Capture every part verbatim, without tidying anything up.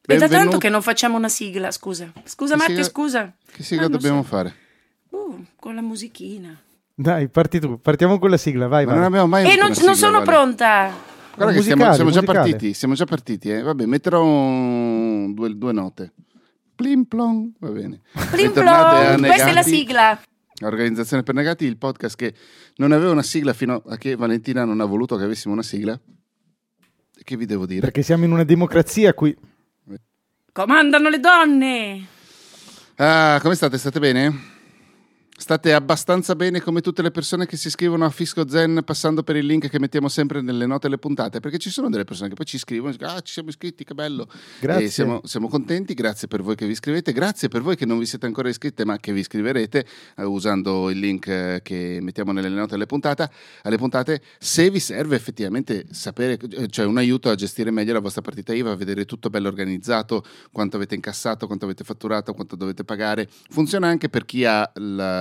È da tanto che non facciamo una sigla, scusa. Scusa che Marti, sigla, scusa. Che sigla dobbiamo so. fare? Uh, con la musichina. Dai, parti tu, partiamo con la sigla, vai, Ma vai. non abbiamo mai E avuto non, una sigla, non sono Vale. pronta. Guarda che musicale, stiamo, siamo già musicale. partiti, siamo già partiti, eh. Vabbè, metterò un- due, due note. Plim plong, va bene. Plim Bentornati a plong, questa è la Negati, sigla. Organizzazione per Negati, il podcast che non aveva una sigla fino a che Valentina non ha voluto che avessimo una sigla. Che vi devo dire? Perché siamo in una democrazia qui. Comandano le donne. Ah, come state? State bene? State abbastanza bene come tutte le persone che si iscrivono a Fisco Zen passando per il link che mettiamo sempre nelle note alle puntate, perché ci sono delle persone che poi ci scrivono e dicono, ah, ci siamo iscritti, che bello. Grazie. E siamo, siamo contenti, grazie per voi che vi iscrivete, grazie per voi che non vi siete ancora iscritti ma che vi iscriverete eh, usando il link eh, che mettiamo nelle note alle puntate, alle puntate, se vi serve effettivamente sapere, cioè un aiuto a gestire meglio la vostra partita I V A, a vedere tutto bello organizzato, quanto avete incassato, quanto avete fatturato, quanto dovete pagare. Funziona anche per chi ha la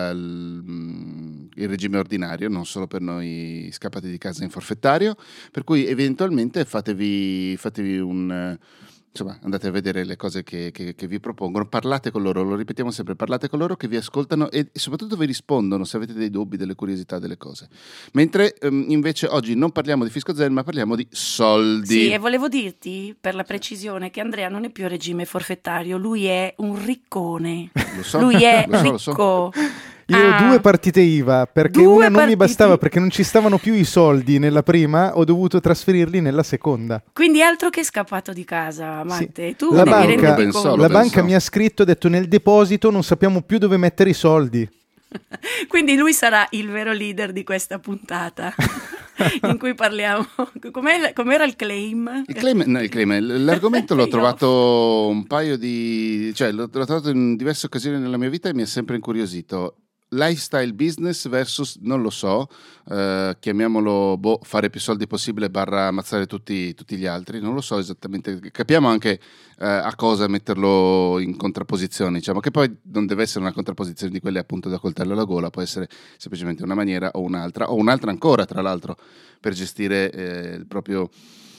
il regime ordinario, non solo per noi scappati di casa in forfettario, per cui eventualmente fatevi, fatevi un insomma, andate a vedere le cose che, che, che vi propongono, parlate con loro, lo ripetiamo sempre, parlate con loro che vi ascoltano e, e soprattutto vi rispondono se avete dei dubbi, delle curiosità, delle cose. Mentre um, invece oggi non parliamo di Fisco Zen ma parliamo di soldi. Sì, e volevo dirti per la precisione che Andrea non è più a regime forfettario, lui è un riccone. Lo so, lui è lo so, ricco. lo so. Io Ah. ho due partite I V A perché Due una non partite- mi bastava perché non ci stavano più i soldi nella prima, ho dovuto trasferirli nella seconda. Quindi altro che scappato di casa, Matte. Sì. Tu La devi banca, rendere Ben conto. solo. la penso. banca mi ha scritto, ha detto nel deposito non sappiamo più dove mettere i soldi. Quindi lui sarà il vero leader di questa puntata in cui parliamo. Com'è- com'era il claim? Il claim, no, il claim, l'argomento l'ho Io- trovato un paio di, cioè l'ho, l'ho trovato in diverse occasioni nella mia vita e mi ha sempre incuriosito. Lifestyle business versus, non lo so, eh, chiamiamolo boh, fare più soldi possibile barra ammazzare tutti, tutti gli altri, non lo so esattamente, capiamo anche eh, a cosa metterlo in contrapposizione, diciamo che poi non deve essere una contrapposizione di quelle appunto da coltello alla gola, può essere semplicemente una maniera o un'altra, o un'altra ancora tra l'altro per gestire eh, il proprio...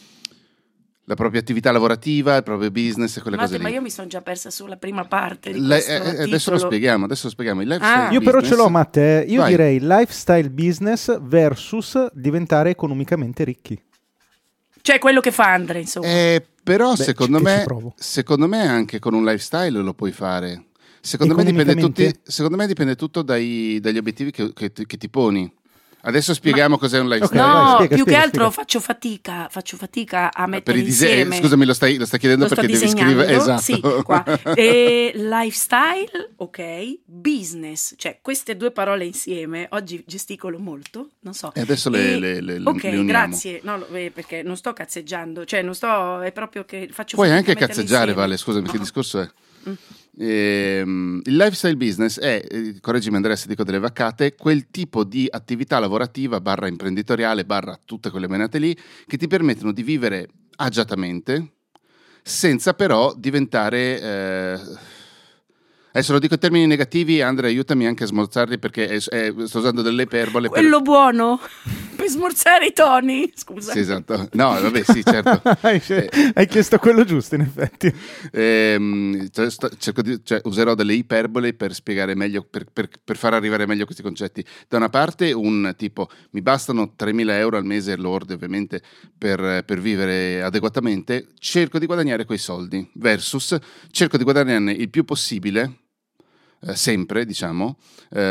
la propria attività lavorativa, il proprio business e quelle Matte, cose lì. ma io mi sono già persa sulla prima parte di Le- questo eh, adesso lo titolo. spieghiamo, adesso lo spieghiamo. Il lifestyle Ah. Io però ce business- l'ho, Matte, io Vai. direi lifestyle business versus diventare economicamente ricchi. Cioè quello che fa Andre, insomma. Eh, però Beh, secondo ci- ci me, provo. secondo me anche con un lifestyle lo puoi fare. Secondo me dipende, Economicamente? tutti, secondo me dipende tutto dai- dagli obiettivi che, che- che ti poni. Adesso spieghiamo cos'è un lifestyle. Ok, No, vai, spiega, più spiega, che altro spiega. faccio fatica, faccio fatica a Per mettere i disegni, insieme. scusami, lo stai, lo stai chiedendo Lo sto perché devi disegnando, scrivere. Esatto. sì, qua. E lifestyle, ok, business, cioè queste due parole insieme, oggi gesticolo molto, non so. E adesso le, E- le, le, ok, le uniamo. grazie, no, lo- eh, perché non sto cazzeggiando, cioè non sto, è proprio che faccio Puoi fatica anche a metterle cazzeggiare, insieme. Vale, scusami, che No. discorso è? Mm. Ehm, il lifestyle business è, eh, correggimi Andrea se dico delle vaccate, quel tipo di attività lavorativa barra imprenditoriale barra tutte quelle menate lì che ti permettono di vivere agiatamente senza però diventare... eh, adesso lo dico in termini negativi, Andrea aiutami anche a smorzarli perché è- è- sto usando delle iperbole per... Quello buono per smorzare i toni, scusa. Sì, esatto. No, vabbè, sì, certo. hai, hai chiesto quello giusto, in effetti. Ehm, cioè, sto- cerco di- cioè, userò delle iperbole per spiegare meglio, per, per- per far arrivare meglio questi concetti. Da una parte un tipo, mi bastano tremila euro al mese lordi ovviamente per, per vivere adeguatamente, cerco di guadagnare quei soldi, versus cerco di guadagnarne il più possibile, eh, sempre diciamo,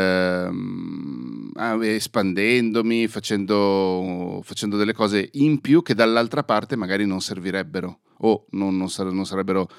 ehm, ah, espandendomi, facendo, facendo delle cose in più che dall'altra parte magari non servirebbero o non, non, sar- non sarebbero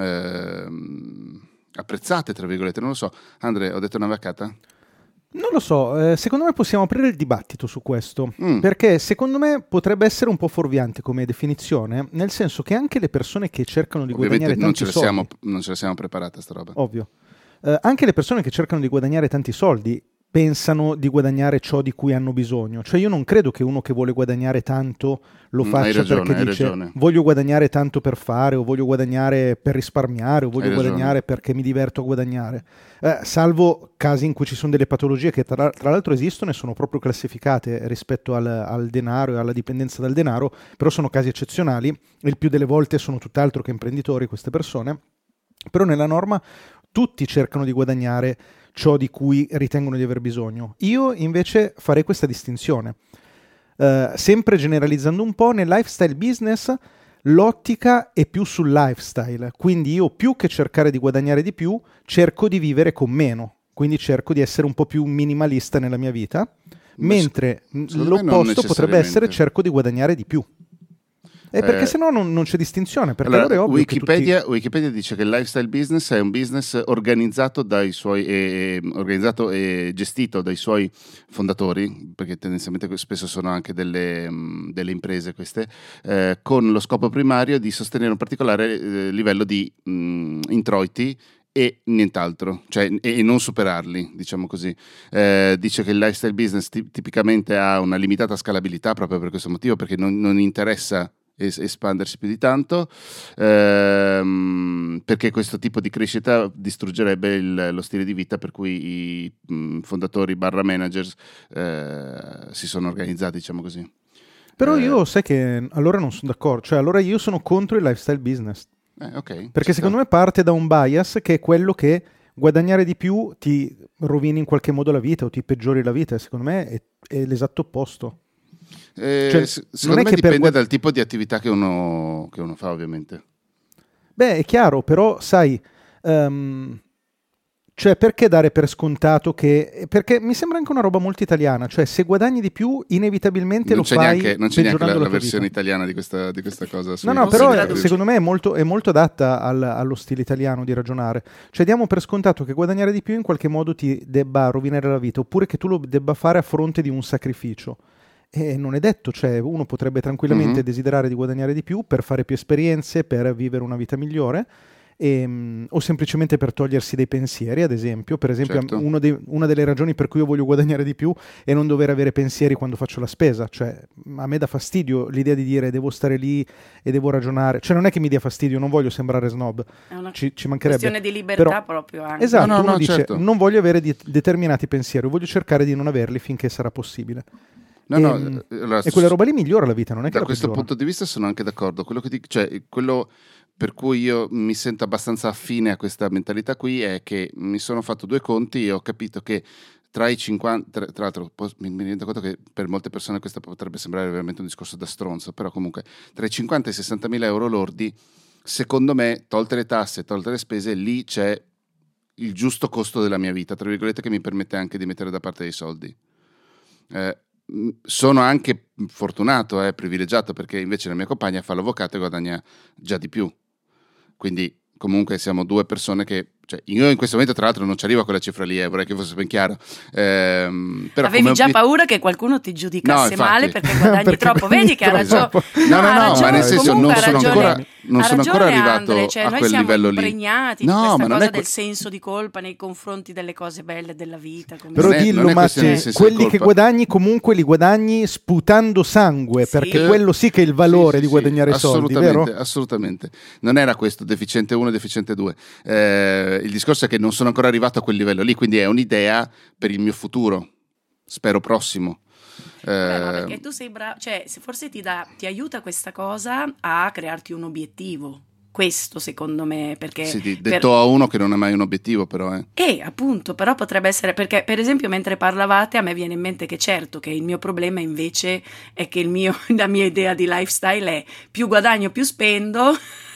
ehm, apprezzate, tra virgolette, non lo so. Andre, ho detto una vaccata? Non lo so, eh, secondo me possiamo aprire il dibattito su questo, Mm. perché secondo me potrebbe essere un po' fuorviante come definizione, nel senso che anche le persone che cercano di Ovviamente guadagnare non tanti ce, la soldi, siamo, non ce la siamo preparata sta roba. ovvio, eh, anche le persone che cercano di guadagnare tanti soldi pensano di guadagnare ciò di cui hanno bisogno. Cioè io non credo che uno che vuole guadagnare tanto lo Mm, faccia hai ragione, perché hai dice ragione. voglio guadagnare tanto per fare, o voglio guadagnare per risparmiare, o voglio Hai ragione. guadagnare perché mi diverto a guadagnare. Eh, salvo casi in cui ci sono delle patologie che tra, tra l'altro esistono e sono proprio classificate rispetto al, al denaro e alla dipendenza dal denaro, però sono casi eccezionali e il più delle volte sono tutt'altro che imprenditori queste persone. Però nella norma tutti cercano di guadagnare ciò di cui ritengono di aver bisogno. Io invece farei questa distinzione. Uh, sempre generalizzando un po', nel lifestyle business l'ottica è più sul lifestyle, quindi io più che cercare di guadagnare di più, cerco di vivere con meno, quindi cerco di essere un po' più minimalista nella mia vita, mentre l'opposto potrebbe essere cerco di guadagnare di più. E perché Eh, se no non, non c'è distinzione, perché allora, allora è ovvio Wikipedia, che tutti... Wikipedia dice che il lifestyle business è un business organizzato dai suoi eh, organizzato e gestito dai suoi fondatori, perché tendenzialmente spesso sono anche delle, mh, delle imprese queste, eh, con lo scopo primario di sostenere un particolare eh, livello di mh, introiti e nient'altro, cioè e, e non superarli, diciamo così. Eh, dice che il lifestyle business tip- tipicamente ha una limitata scalabilità proprio per questo motivo, perché non, non interessa es- espandersi più di tanto, ehm, perché questo tipo di crescita distruggerebbe il- lo stile di vita per cui i mh, fondatori barra managers eh, si sono organizzati, diciamo così. Però Eh, io sai che allora non sono d'accordo, cioè allora io sono contro il lifestyle business. eh, ok, Perché ci secondo sta. me parte da un bias che è quello che guadagnare di più ti rovini in qualche modo la vita o ti peggiori la vita. Secondo me è, è l'esatto opposto. Eh, Cioè, s- non secondo è me che per dipende guad- dal tipo di attività che uno, che uno fa, ovviamente. Beh, è chiaro, però sai, ehm, cioè perché dare per scontato che... Perché mi sembra anche una roba molto italiana, cioè se guadagni di più inevitabilmente Non lo c'è fai neanche, non c'è neanche la, peggiorando la tua versione vita. italiana di questa, di questa cosa. No, sui- no, Non però si eh, traduce. secondo me è molto, è molto adatta al- allo stile italiano di ragionare. Cioè diamo per scontato che guadagnare di più in qualche modo ti debba rovinare la vita, oppure che tu lo debba fare a fronte di un sacrificio. E non è detto, cioè uno potrebbe tranquillamente Mhm. desiderare di guadagnare di più per fare più esperienze, per vivere una vita migliore, ehm, o semplicemente per togliersi dei pensieri, ad esempio. Per esempio, Certo. uno dei- una delle ragioni per cui io voglio guadagnare di più è non dover avere pensieri quando faccio la spesa. Cioè, a me dà fastidio l'idea di dire devo stare lì e devo ragionare. Cioè, non è che mi dia fastidio, non voglio sembrare snob, È una ci, ci mancherebbe. questione di libertà Però- proprio anche. Esatto, No, no, uno no, dice certo. non voglio avere di- determinati pensieri, voglio cercare di non averli finché sarà possibile. No, no, Ehm, eh, allora, e quella roba lì migliora la vita, non è che da la questo peggiora. punto di vista sono anche d'accordo. Quello, che dic- cioè, quello per cui io mi sento abbastanza affine a questa mentalità qui è che mi sono fatto due conti e ho capito che tra i cinquanta, tra, tra l'altro pos- mi, mi rendo conto che per molte persone questo potrebbe sembrare veramente un discorso da stronzo, però comunque tra i cinquanta e i sessanta mila euro lordi, secondo me, tolte le tasse, tolte le spese, lì c'è il giusto costo della mia vita, tra virgolette, che mi permette anche di mettere da parte dei soldi. Eh, mh, sono anche fortunato, eh, privilegiato, perché invece la mia compagna fa l'avvocato e guadagna già di più. Quindi comunque siamo due persone che... Cioè, io in questo momento tra l'altro non ci arrivo a quella cifra lì, eh, vorrei che fosse ben chiaro. Ehm, però Avevi come già obiet- paura che qualcuno ti giudicasse No, infatti. male perché guadagni Perché troppo. guadagni Vedi che ha ragione. troppo. No, no, ha no, ragione, ma nel senso comunque non ha sono ragione. ancora, non Ha sono ancora ragione, arrivato Andre, cioè, a noi quel siamo livello lì. impregnati No, di questa ma non cosa è que- del senso di colpa nei confronti delle cose belle della vita. Come Però Non è- dillo, non è questione Matti, di senso di quelli che colpa. guadagni comunque li guadagni sputando sangue, Sì. perché quello sì che è il valore Sì, di sì, guadagnare sì, soldi, assolutamente, vero? assolutamente. Non era questo, deficiente uno, deficiente due. Eh, il discorso è che non sono ancora arrivato a quel livello lì, quindi è un'idea per il mio futuro, spero prossimo. Beh, no, Eh, perché tu sei bravo, cioè se forse ti, dà, ti aiuta questa cosa a crearti un obiettivo. Questo secondo me, perché sì, di- per- detto a uno che non ha mai un obiettivo, però. Eh. E appunto, però potrebbe essere perché, per esempio, mentre parlavate, a me viene in mente che certo che il mio problema invece è che il mio, la mia idea di lifestyle è più guadagno, più spendo,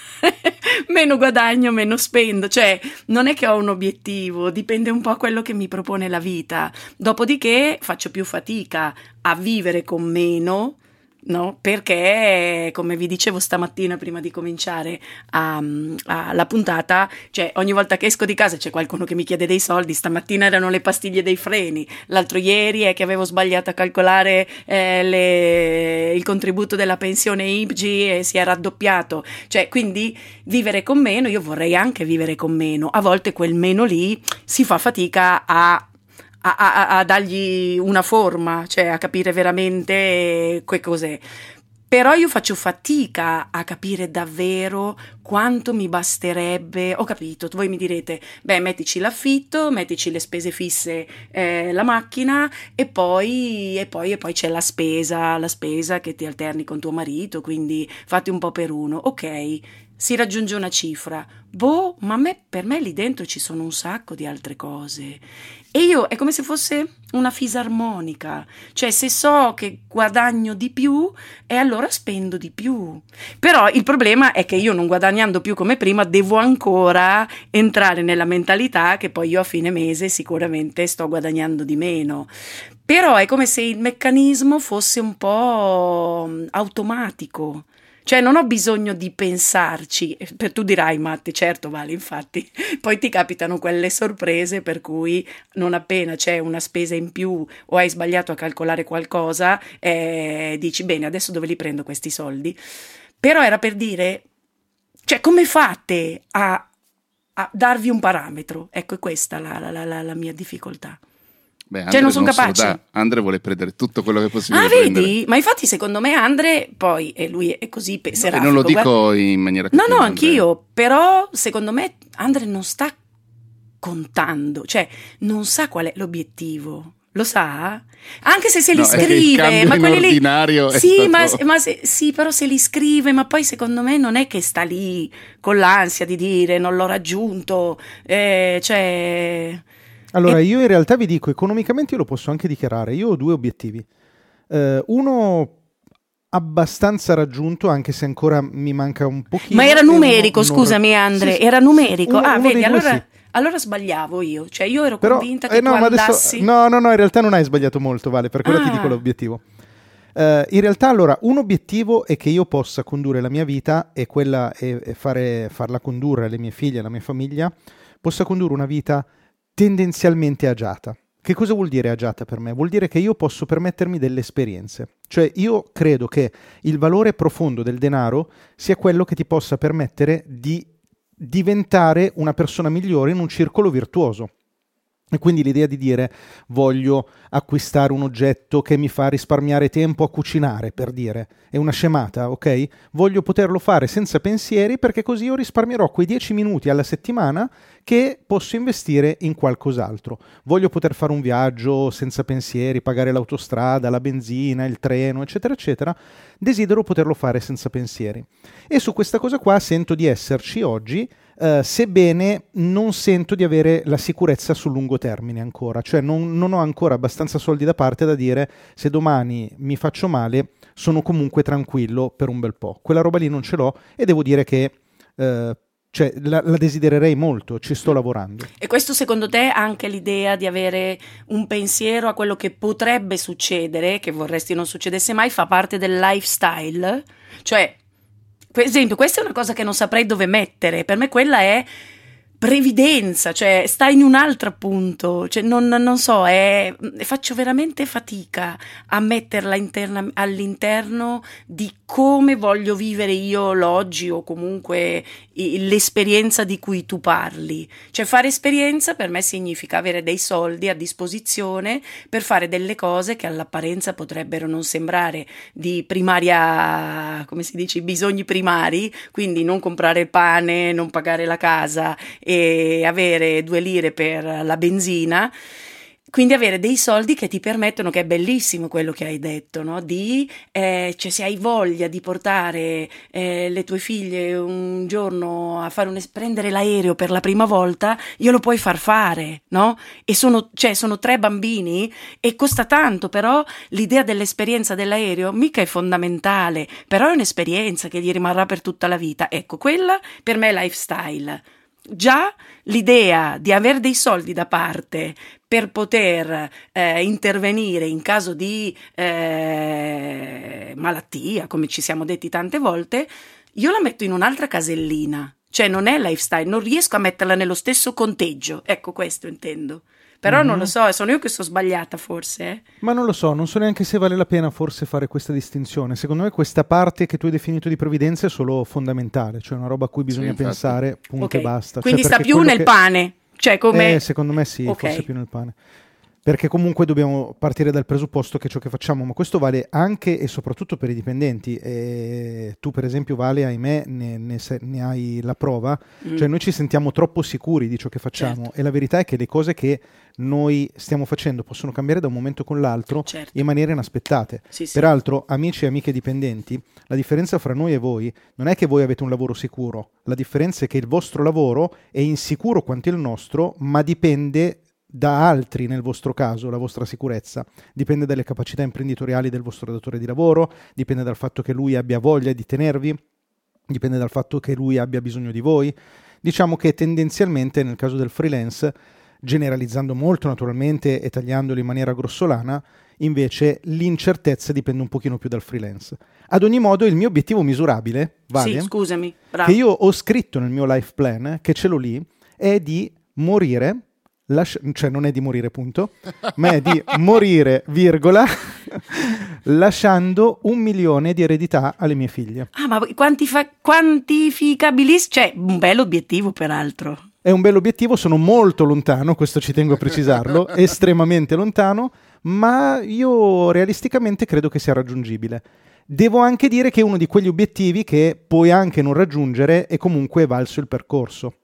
meno guadagno, meno spendo. Cioè, non è che ho un obiettivo, dipende un po' da quello che mi propone la vita. Dopodiché faccio più fatica a vivere con meno. No, perché come vi dicevo stamattina prima di cominciare a, a, la puntata, cioè ogni volta che esco di casa c'è qualcuno che mi chiede dei soldi. Stamattina erano le pastiglie dei freni, l'altro ieri è che avevo sbagliato a calcolare eh, le, il contributo della pensione I P G e si è raddoppiato. Cioè, quindi vivere con meno, io vorrei anche vivere con meno. A volte quel meno lì si fa fatica a a, a, a dargli una forma, cioè a capire veramente che cos'è. Però io faccio fatica a capire davvero quanto mi basterebbe. Ho capito, voi mi direte, beh, mettici l'affitto, mettici le spese fisse, eh, la macchina e poi, e poi e poi c'è la spesa, la spesa che ti alterni con tuo marito, quindi fate un po' per uno. Ok, si raggiunge una cifra. Boh, ma a me, per me lì dentro ci sono un sacco di altre cose. E io è come se fosse una fisarmonica, cioè se so che guadagno di più e allora spendo di più. Però il problema è che io non guadagnando più come prima devo ancora entrare nella mentalità che poi io a fine mese sicuramente sto guadagnando di meno. Però è come se il meccanismo fosse un po' automatico. Cioè non ho bisogno di pensarci, per tu dirai Matti, certo Vale, infatti, poi ti capitano quelle sorprese per cui non appena c'è una spesa in più o hai sbagliato a calcolare qualcosa, eh, dici bene adesso dove li prendo questi soldi? Però era per dire, cioè come fate a, a darvi un parametro? Ecco, è questa la, la, la, la mia difficoltà. Beh, cioè non sono capace. Andre vuole prendere tutto quello che è possibile. Ah, vedi? Prendere. Ma infatti secondo me Andre poi, e lui è così pe- serafico. No, non lo dico guarda. in maniera No, cattiva, no, Andre. anch'io, però secondo me Andre non sta contando, cioè non sa qual è l'obiettivo. Lo sa? Anche se se li No, è che il scrive, cambio ma in quelli lì ordinario è sì, stato- ma, ma se, sì, però se li scrive, ma poi secondo me non è che sta lì con l'ansia di dire non l'ho raggiunto, eh, cioè Allora, E- io in realtà vi dico, economicamente io lo posso anche dichiarare. Io ho due obiettivi. Eh, uno abbastanza raggiunto, anche se ancora mi manca un pochino. Ma era e uno numerico, non- scusami Andre, Sì, sì. era numerico. Uno- ah, uno vedi, dei due allora, sì. allora sbagliavo io. Cioè io ero Però, convinta che eh, no, tu ma adesso- andassi... no, no, no, in realtà non hai sbagliato molto, Vale, perché ora ti Ah. dico l'obiettivo. Eh, in realtà, allora, un obiettivo è che io possa condurre la mia vita e quella e, e fare, farla condurre alle mie figlie, alla mia famiglia, possa condurre una vita tendenzialmente agiata. Che cosa vuol dire agiata per me? Vuol dire che io posso permettermi delle esperienze. Cioè io credo che il valore profondo del denaro sia quello che ti possa permettere di diventare una persona migliore in un circolo virtuoso. E quindi l'idea di dire voglio acquistare un oggetto che mi fa risparmiare tempo a cucinare, per dire, è una scemata, ok? Voglio poterlo fare senza pensieri perché così io risparmierò quei dieci minuti alla settimana che posso investire in qualcos'altro. Voglio poter fare un viaggio senza pensieri, pagare l'autostrada, la benzina, il treno, eccetera, eccetera. Desidero poterlo fare senza pensieri. E su questa cosa qua sento di esserci oggi, Uh, sebbene non sento di avere la sicurezza sul lungo termine ancora, cioè non, non ho ancora abbastanza soldi da parte da dire se domani mi faccio male sono comunque tranquillo per un bel po'. Quella roba lì non ce l'ho e devo dire che uh, cioè, la, la desidererei molto, ci sto lavorando. E questo secondo te anche l'idea di avere un pensiero a quello che potrebbe succedere, che vorresti non succedesse mai, fa parte del lifestyle? Cioè, per esempio, questa è una cosa che non saprei dove mettere. Per me quella è previdenza, cioè sta in un altro punto, cioè non, non so, è, faccio veramente fatica a metterla interna, all'interno di come voglio vivere io l'oggi o comunque l'esperienza di cui tu parli. Cioè fare esperienza per me significa avere dei soldi a disposizione per fare delle cose che all'apparenza potrebbero non sembrare di primaria, come si dice, bisogni primari, quindi non comprare il pane, non pagare la casa e avere due lire per la benzina, quindi avere dei soldi che ti permettono, che è bellissimo quello che hai detto, no? Di, eh, cioè se hai voglia di portare eh, le tue figlie un giorno a fare un, prendere l'aereo per la prima volta, glielo puoi far fare, no? E sono, cioè, sono tre bambini e costa tanto, però l'idea dell'esperienza dell'aereo mica è fondamentale, però è un'esperienza che gli rimarrà per tutta la vita. Ecco, quella per me è lifestyle. Già l'idea di avere dei soldi da parte per poter eh, intervenire in caso di eh, malattia, come ci siamo detti tante volte, io la metto in un'altra casellina, cioè non è lifestyle, non riesco a metterla nello stesso conteggio, ecco questo intendo. Però mm-hmm. non lo so, sono io che sono sbagliata forse. Eh? Ma non lo so, non so neanche se vale la pena forse fare questa distinzione. Secondo me questa parte che tu hai definito di previdenza è solo fondamentale, cioè una roba a cui bisogna sì, pensare, punto okay. e basta. Quindi cioè, sta più nel che... pane, cioè come... Eh, secondo me sì, okay. forse più nel pane. perché comunque dobbiamo partire dal presupposto che ciò che facciamo, ma questo vale anche e soprattutto per i dipendenti. E tu per esempio, Vale, ahimè ne, ne, ne hai la prova, mm. cioè noi ci sentiamo troppo sicuri di ciò che facciamo, certo. E la verità è che le cose che noi stiamo facendo possono cambiare da un momento con l'altro, certo. in maniere inaspettate. Sì, sì. Peraltro, amici e amiche dipendenti, la differenza fra noi e voi non è che voi avete un lavoro sicuro, la differenza è che il vostro lavoro è insicuro quanto il nostro, ma dipende da altri. Nel vostro caso la vostra sicurezza dipende dalle capacità imprenditoriali del vostro datore di lavoro, dipende dal fatto che lui abbia voglia di tenervi, dipende dal fatto che lui abbia bisogno di voi. Diciamo che tendenzialmente nel caso del freelance, generalizzando molto naturalmente e tagliandolo in maniera grossolana, invece l'incertezza dipende un pochino più dal freelance. Ad ogni modo il mio obiettivo misurabile, Vale, sì, scusami, bravo. che io ho scritto nel mio life plan, che ce l'ho lì, è di morire, lasci- cioè non è di morire punto, ma è di morire virgola, lasciando un milione di eredità alle mie figlie. Ah, ma quantifa- quantificabilis, cioè un bel obiettivo peraltro. È un bel obiettivo, sono molto lontano, questo ci tengo a precisarlo, estremamente lontano, ma io realisticamente credo che sia raggiungibile. Devo anche dire che è uno di quegli obiettivi che puoi anche non raggiungere e comunque è valso il percorso.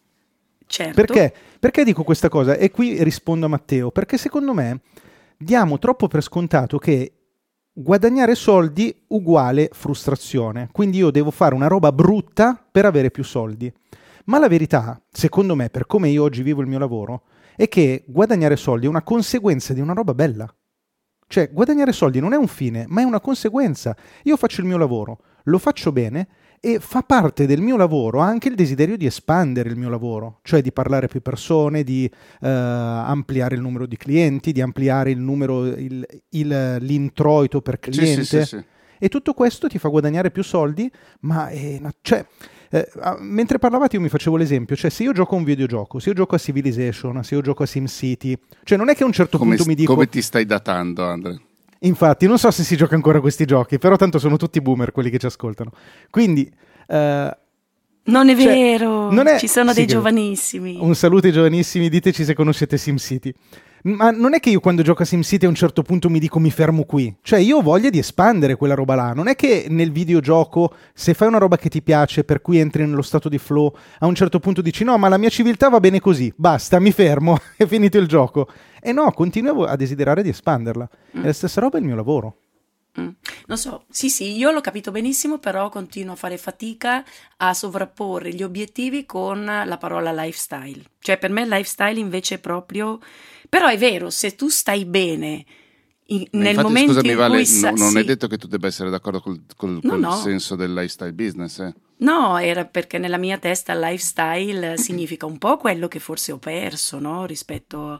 Certo. Perché? Perché dico questa cosa? E qui rispondo a Matteo, perché secondo me diamo troppo per scontato che guadagnare soldi uguale frustrazione, quindi io devo fare una roba brutta per avere più soldi. Ma la verità, secondo me, per come io oggi vivo il mio lavoro, è che guadagnare soldi è una conseguenza di una roba bella. Cioè, guadagnare soldi non è un fine, ma è una conseguenza. Io faccio il mio lavoro, lo faccio bene e fa parte del mio lavoro anche il desiderio di espandere il mio lavoro, cioè di parlare a più persone, di uh, ampliare il numero di clienti, di ampliare il numero, il, il, l'introito per cliente. Sì, sì, sì, sì. E tutto questo ti fa guadagnare più soldi, ma è una, cioè... Eh, mentre parlavate io mi facevo l'esempio, cioè se io gioco a un videogioco, se io gioco a Civilization, se io gioco a SimCity, cioè non è che a un certo come, punto mi dico... Come ti stai datando, Andre? Infatti, non so se si gioca ancora a questi giochi, però tanto sono tutti boomer quelli che ci ascoltano. Quindi... Uh, non è cioè, vero, non è... ci sono sì, dei giovanissimi. Un saluto ai giovanissimi, diteci se conoscete SimCity. Ma non è che io quando gioco a SimCity a un certo punto mi dico mi fermo qui, cioè io ho voglia di espandere quella roba là, non è che nel videogioco se fai una roba che ti piace per cui entri nello stato di flow a un certo punto dici no ma la mia civiltà va bene così, basta, mi fermo, è finito il gioco, e no, continuo a desiderare di espanderla, mm. e la stessa roba è il mio lavoro. Mm. Non so, sì sì, io l'ho capito benissimo, però continuo a fare fatica a sovrapporre gli obiettivi con la parola lifestyle, cioè per me lifestyle invece è proprio... Però è vero, se tu stai bene in, nel infatti, momento scusami, in Vale, cui... Sa- no, non sì. è detto che tu debba essere d'accordo col, col, no, col no. senso del lifestyle business, eh? No, era perché nella mia testa lifestyle significa un po' quello che forse ho perso, no? Rispetto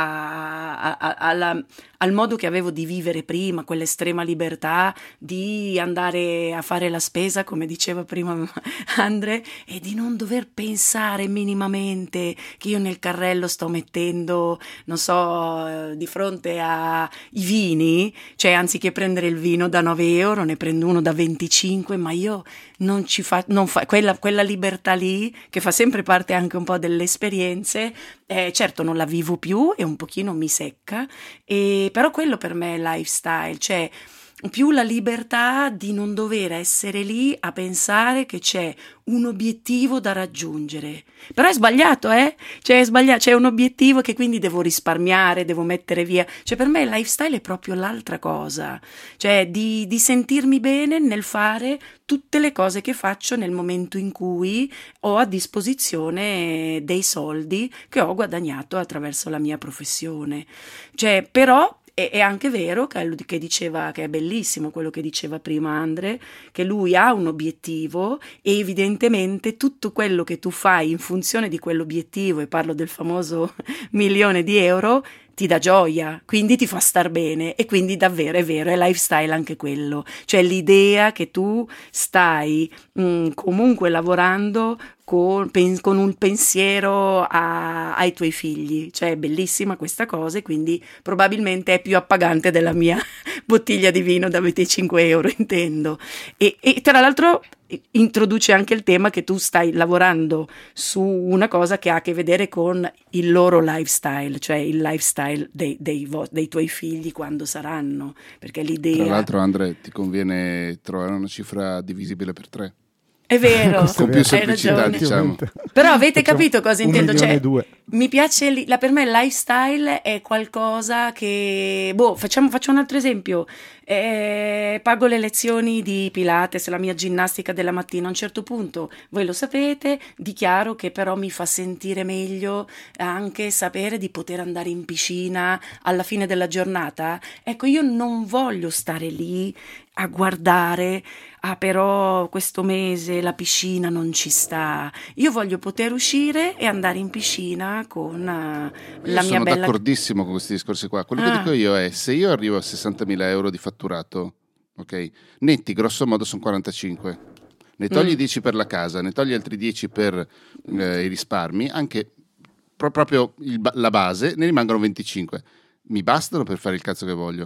a, a, a, alla, al modo che avevo di vivere prima, quell'estrema libertà di andare a fare la spesa, come diceva prima Andre, e di non dover pensare minimamente che io nel carrello sto mettendo, non so, di fronte ai vini, cioè anziché prendere il vino da nove euro ne prendo uno da venticinque, ma io non ci faccio... Non fa, quella, quella libertà lì che fa sempre parte anche un po' delle esperienze, eh, certo non la vivo più e un pochino mi secca, e, però quello per me è lifestyle, cioè più la libertà di non dover essere lì a pensare che c'è un obiettivo da raggiungere. Però è sbagliato, eh? Cioè è sbagliato, c'è un obiettivo che quindi devo risparmiare, devo mettere via. Cioè per me il lifestyle è proprio l'altra cosa, cioè di, di sentirmi bene nel fare tutte le cose che faccio nel momento in cui ho a disposizione dei soldi che ho guadagnato attraverso la mia professione. Cioè però E, è anche vero che, che diceva, che è bellissimo quello che diceva prima Andre, che lui ha un obiettivo e evidentemente tutto quello che tu fai in funzione di quell'obiettivo, e parlo del famoso milione di euro, ti dà gioia, quindi ti fa star bene, e quindi davvero è vero, è lifestyle anche quello, cioè l'idea che tu stai mh, comunque lavorando con, pen, con un pensiero a, ai tuoi figli, cioè è bellissima questa cosa e quindi probabilmente è più appagante della mia bottiglia di vino da venticinque euro, intendo. E, e tra l'altro introduce anche il tema che tu stai lavorando su una cosa che ha a che vedere con il loro lifestyle, cioè il lifestyle dei, dei, vo- dei tuoi figli quando saranno, perché l'idea... Tra l'altro, Andre, ti conviene trovare una cifra divisibile per tre. È vero, con più semplicità, diciamo. Però avete Facciamo capito cosa un intendo? Cioè, due. mi piace, li- la, per me il lifestyle è qualcosa che, boh, facciamo, faccio un altro esempio. Eh, pago le lezioni di Pilates, la mia ginnastica della mattina. A un certo punto, voi lo sapete, dichiaro che però mi fa sentire meglio anche sapere di poter andare in piscina alla fine della giornata. Ecco, io non voglio stare lì a guardare, ah però questo mese la piscina non ci sta. Io voglio poter uscire e andare in piscina con uh, la io mia sono bella... d'accordissimo con questi discorsi qua. Quello Ah. che dico io è, se io arrivo a sessantamila euro di fatturato, ok, netti grosso modo sono quarantacinque, ne togli Mm. dieci per la casa, ne togli altri dieci per eh, i risparmi, anche pro- proprio il ba- la base, ne rimangono venticinque. Mi bastano per fare il cazzo che voglio?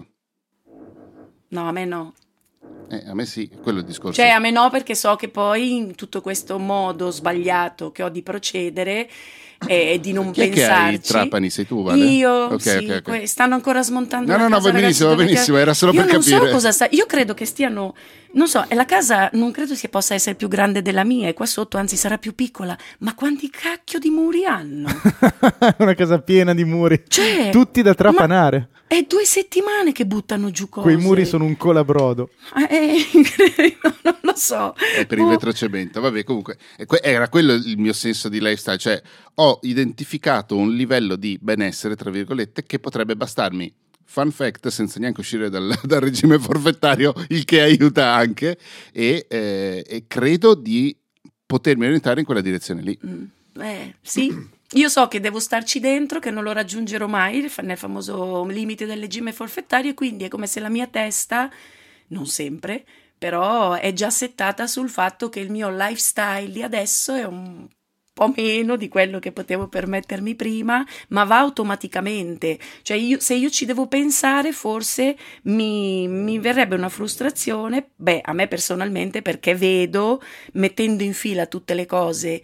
No, a me no. Eh, a me sì, quello è il discorso. Cioè a me no, perché so che poi in tutto questo modo sbagliato che ho di procedere e di non Chi è che hai pensarci. Trapani? Sei tu, Vale? Io, Ok, sì, ok, ok. que- stanno ancora smontando No, la no, no, casa, va benissimo, ragazzi, va benissimo, era solo io per non capire. so cosa sta, io credo che stiano, non so, e la casa non credo sia possa essere più grande della mia, e qua sotto anzi sarà più piccola, ma quanti cacchio di muri hanno? Una casa piena di muri, Cioè, tutti da trapanare. È due settimane che buttano giù cose. Quei muri sono un colabrodo. Eh, incredibile, non lo so. È per il Oh. vetrocemento, vabbè, comunque e que- era quello il mio senso di lifestyle, cioè ho identificato un livello di benessere, tra virgolette, che potrebbe bastarmi, fun fact, senza neanche uscire dal, dal regime forfettario, il che aiuta anche, e, eh, e credo di potermi orientare in quella direzione lì. Mm, eh, sì. Io so che devo starci dentro, che non lo raggiungerò mai nel famoso limite del regime forfettario, e quindi è come se la mia testa, non sempre, però è già settata sul fatto che il mio lifestyle di adesso è un po' meno di quello che potevo permettermi prima, ma va automaticamente. Cioè io, se io ci devo pensare, forse mi, mi verrebbe una frustrazione, beh, a me personalmente, perché vedo, mettendo in fila tutte le cose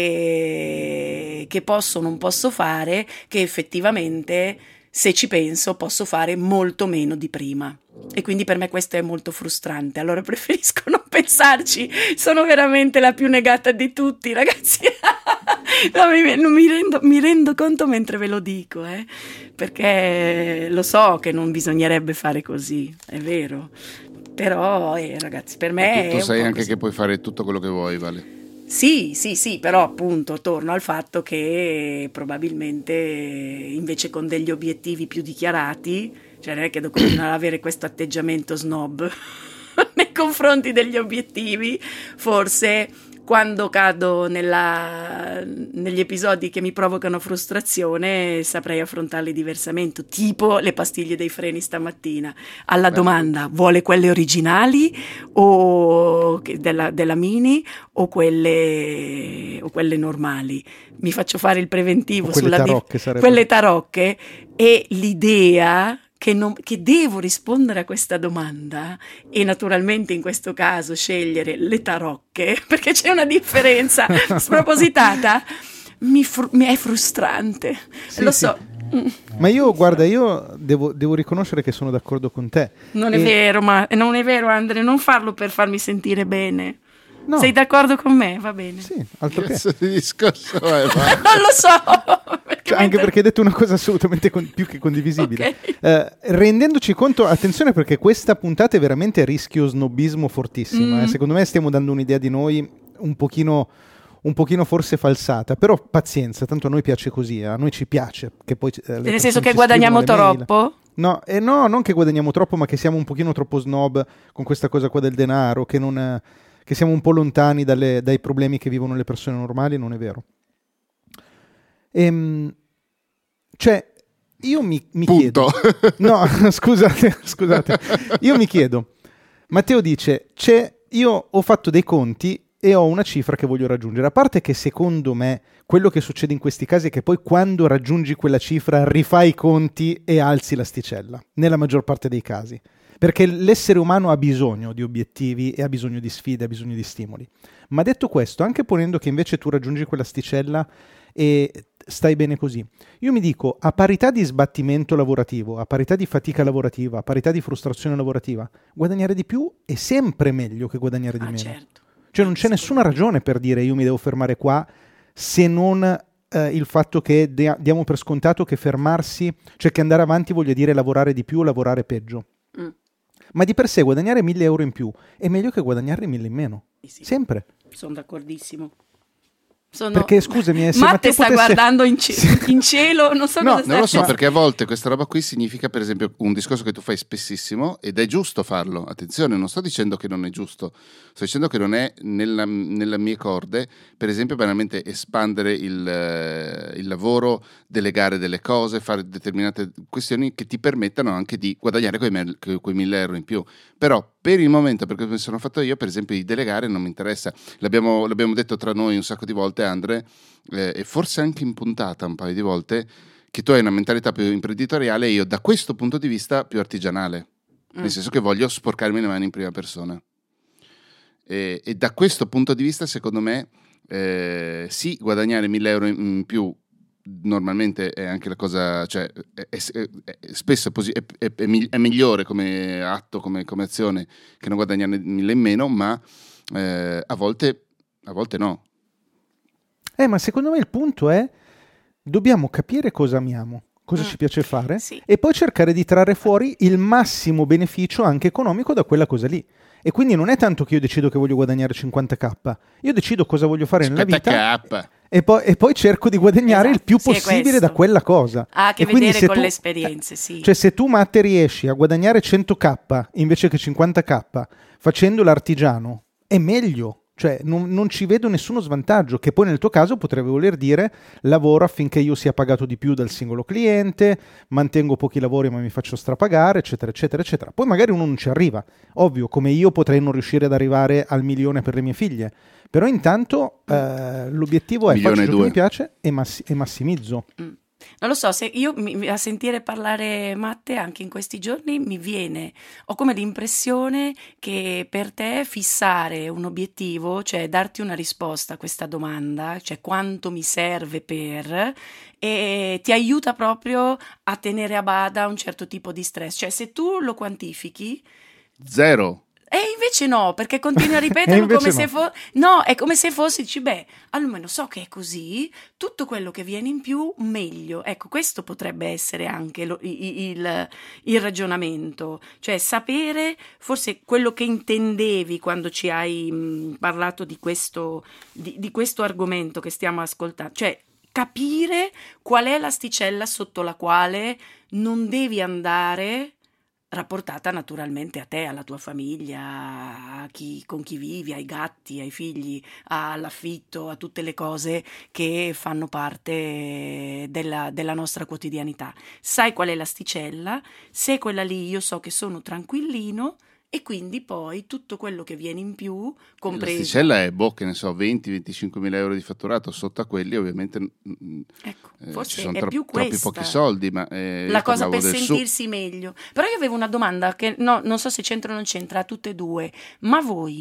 che, che posso o non posso fare, che effettivamente, se ci penso, posso fare molto meno di prima. E quindi per me questo è molto frustrante, allora preferisco non pensarci. Sono veramente la più negata di tutti, ragazzi. No, mi, non mi, rendo, mi rendo conto mentre ve lo dico, eh? Perché lo so che non bisognerebbe fare così, è vero, però eh, ragazzi, per me Tu è sai un po' anche così. che puoi fare tutto quello che vuoi, Vale. Sì, sì, sì, però appunto torno al fatto che probabilmente invece con degli obiettivi più dichiarati, cioè non è che devo continuare ad avere questo atteggiamento snob nei confronti degli obiettivi, forse quando cado nella, negli episodi che mi provocano frustrazione saprei affrontarli diversamente, tipo le pastiglie dei freni stamattina. Alla Beh. domanda, vuole quelle originali o che- della, della Mini o quelle, o quelle normali? Mi faccio fare il preventivo O quelle sulla dif- tarocche sarebbero. quelle tarocche, e l'idea che, non, che devo rispondere a questa domanda e naturalmente in questo caso scegliere le tarocche perché c'è una differenza spropositata, mi, fru- mi è frustrante. Sì, Lo sì. so. Mm. Ma io, guarda, io devo, devo riconoscere che sono d'accordo con te. Non è E- vero, ma non è vero, Andre, non farlo per farmi sentire bene. No. Sei d'accordo con me? Va bene. Sì, altro che. Cazzo di discorso è, Vale? Non lo so. perché Cioè, anche mentre- perché hai detto una cosa assolutamente con- più che condivisibile. Ok. Eh, rendendoci conto, attenzione perché questa puntata è veramente a rischio snobismo fortissima. Mm. eh. Secondo me stiamo dando un'idea di noi un pochino, un pochino forse falsata, però pazienza, tanto a noi piace così, a noi ci piace. Che poi, eh, le Nel persone senso che ci guadagniamo scrivono le mail. troppo? No, eh, no, non che guadagniamo troppo, ma che siamo un pochino troppo snob con questa cosa qua del denaro, che, non, eh, che siamo un po' lontani dalle- dai problemi che vivono le persone normali, non è vero. Ehm, cioè, io mi, mi Punto. chiedo... No, scusate, scusate. Io mi chiedo, Matteo dice, c'è, io ho fatto dei conti e ho una cifra che voglio raggiungere. A parte che secondo me quello che succede in questi casi è che poi quando raggiungi quella cifra rifai i conti e alzi l'asticella, nella maggior parte dei casi. Perché l'essere umano ha bisogno di obiettivi e ha bisogno di sfide, ha bisogno di stimoli. Ma detto questo, anche ponendo che invece tu raggiungi quell'asticella e stai bene così, io mi dico, a parità di sbattimento lavorativo, a parità di fatica lavorativa, a parità di frustrazione lavorativa, guadagnare di più è sempre meglio che guadagnare di ah, meno. Certo. Cioè non c'è nessuna ragione per dire io mi devo fermare qua, se non eh, il fatto che dia- diamo per scontato che fermarsi, cioè che andare avanti voglia dire lavorare di più o lavorare peggio. Mm. Ma di per sé guadagnare mille euro in più è meglio che guadagnarne mille in meno. Sì, sì. Sempre. Sono d'accordissimo. Sono... Perché scusami, se Matte Matteo sta potesse... guardando in, ce- in cielo, non so no, cosa non lo so, ma... perché a volte questa roba qui significa, per esempio, un discorso che tu fai spessissimo ed è giusto farlo. Attenzione, non sto dicendo che non è giusto, sto dicendo che non è nella, nella mie corde, per esempio, banalmente espandere il, il lavoro, delegare delle cose, fare determinate questioni che ti permettano anche di guadagnare quei, me- quei mille euro in più. Però per il momento, perché mi sono fatto io, per esempio, di delegare non mi interessa. L'abbiamo, l'abbiamo detto tra noi un sacco di volte, Andre, eh, e forse anche in puntata un paio di volte, che tu hai una mentalità più imprenditoriale e io da questo punto di vista più artigianale, mm. nel senso che voglio sporcarmi le mani in prima persona. E, e da questo punto di vista, secondo me, eh, sì, guadagnare mille euro in più normalmente è anche la cosa, cioè è, è, è, è, spesso è, posi- è, è, è migliore come atto, come, come azione, che non guadagnare mille in meno, ma eh, a volte a volte no. Eh, ma secondo me il punto è dobbiamo capire cosa amiamo, cosa mm. ci piace fare, sì. e poi cercare di trarre fuori il massimo beneficio anche economico da quella cosa lì. E quindi non è tanto che io decido che voglio guadagnare cinquanta k, io decido cosa voglio fare nella vita e poi, e poi cerco di guadagnare esatto, il più sì, possibile da quella cosa. Ha a che e vedere con tu, le esperienze, sì. Cioè se tu, Matte, riesci a guadagnare cento k invece che cinquanta k facendo l'artigiano, è meglio. Cioè non, non ci vedo nessuno svantaggio, che poi nel tuo caso potrebbe voler dire lavoro affinché io sia pagato di più dal singolo cliente, mantengo pochi lavori ma mi faccio strapagare, eccetera, eccetera, eccetera. Poi magari uno non ci arriva, ovvio, come io potrei non riuscire ad arrivare al milione per le mie figlie, però intanto eh, l'obiettivo è faccio ciò che mi piace e, massi- e massimizzo. Mm. Non lo so, se io mi, a sentire parlare Matte anche in questi giorni mi viene, ho come l'impressione che per te fissare un obiettivo, cioè darti una risposta a questa domanda, cioè quanto mi serve per, e ti aiuta proprio a tenere a bada un certo tipo di stress. Cioè se tu lo quantifichi... Zero. E invece no, perché continui a ripeterlo come no. se fosse... No, è come se fossi, dici, beh, almeno so che è così, tutto quello che viene in più, meglio. Ecco, questo potrebbe essere anche lo, il, il ragionamento. Cioè, sapere, forse quello che intendevi quando ci hai mh, parlato di questo, di, di questo argomento che stiamo ascoltando. Cioè, capire qual è l'asticella sotto la quale non devi andare... rapportata naturalmente a te, alla tua famiglia, a chi, con chi vivi, ai gatti, ai figli, all'affitto, a tutte le cose che fanno parte della, della nostra quotidianità. Sai qual è l'asticella? Se quella lì io so che sono tranquillino e quindi poi tutto quello che viene in più, compreso... L'asticella è, boh, che ne so, venti venticinque mila euro di fatturato, sotto a quelli ovviamente ecco, eh, forse ci sono è tro- più troppi questa pochi soldi, ma eh, la cosa per sentirsi su- meglio. Però io avevo una domanda che no, non so se c'entra o non c'entra, a tutte e due, ma voi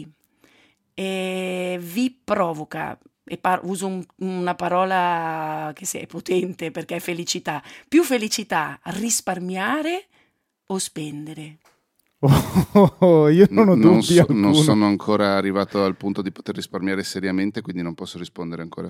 eh, vi provoca, e par- uso un, una parola che sia potente perché è felicità, più felicità risparmiare o spendere? Oh, oh, io non ho non dubbi so, alcuno. non sono ancora arrivato al punto di poter risparmiare seriamente, quindi non posso rispondere ancora.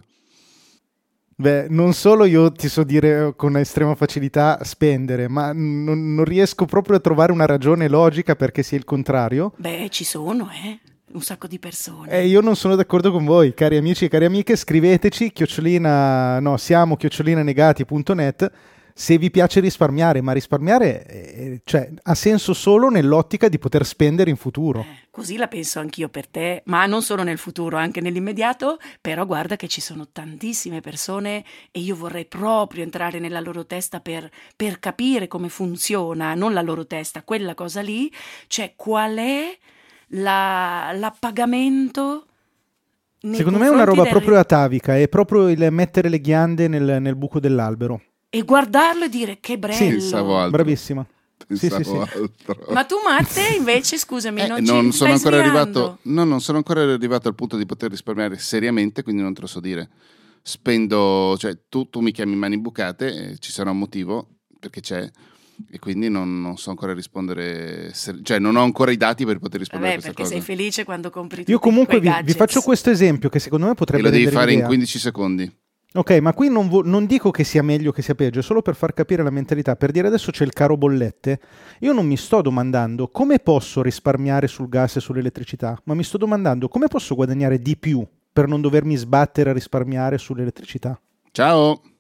Beh, non solo io ti so dire con estrema facilità spendere, ma non, non riesco proprio a trovare una ragione logica perché sia il contrario. Beh, ci sono, eh? Un sacco di persone. E io non sono d'accordo con voi, cari amici e cari amiche, scriveteci, chiocciolina, no, siamo chiocciolinanegati.net se vi piace risparmiare, ma risparmiare eh, cioè, ha senso solo nell'ottica di poter spendere in futuro. Eh, così la penso anch'io per te, ma non solo nel futuro, anche nell'immediato, però guarda che ci sono tantissime persone e io vorrei proprio entrare nella loro testa per, per capire come funziona, non la loro testa, quella cosa lì, cioè qual è la, l'appagamento Secondo me è una roba del... proprio atavica, è proprio il mettere le ghiande nel, nel buco dell'albero. E guardarlo e dire che bello. Sì, bravissima. Sì, sì, sì. Ma tu Matte invece scusami eh, non, non ci sono ancora sviando. arrivato no, non sono ancora arrivato al punto di poter risparmiare seriamente, quindi non te lo so dire. Spendo, cioè tu, tu mi chiami mani bucate, eh, ci sarà un motivo perché c'è, e quindi non, non so ancora rispondere, ser- cioè non ho ancora i dati per poter rispondere Vabbè, a questa perché cosa. sei felice quando compri tutti Io comunque vi, quei vi faccio questo esempio che secondo me potrebbe e lo devi fare l'idea. in quindici secondi. Ok, ma qui non, vo- non dico che sia meglio che sia peggio, è solo per far capire la mentalità. Per dire adesso c'è il caro bollette, io non mi sto domandando come posso risparmiare sul gas e sull'elettricità, ma mi sto domandando come posso guadagnare di più per non dovermi sbattere a risparmiare sull'elettricità. Ciao!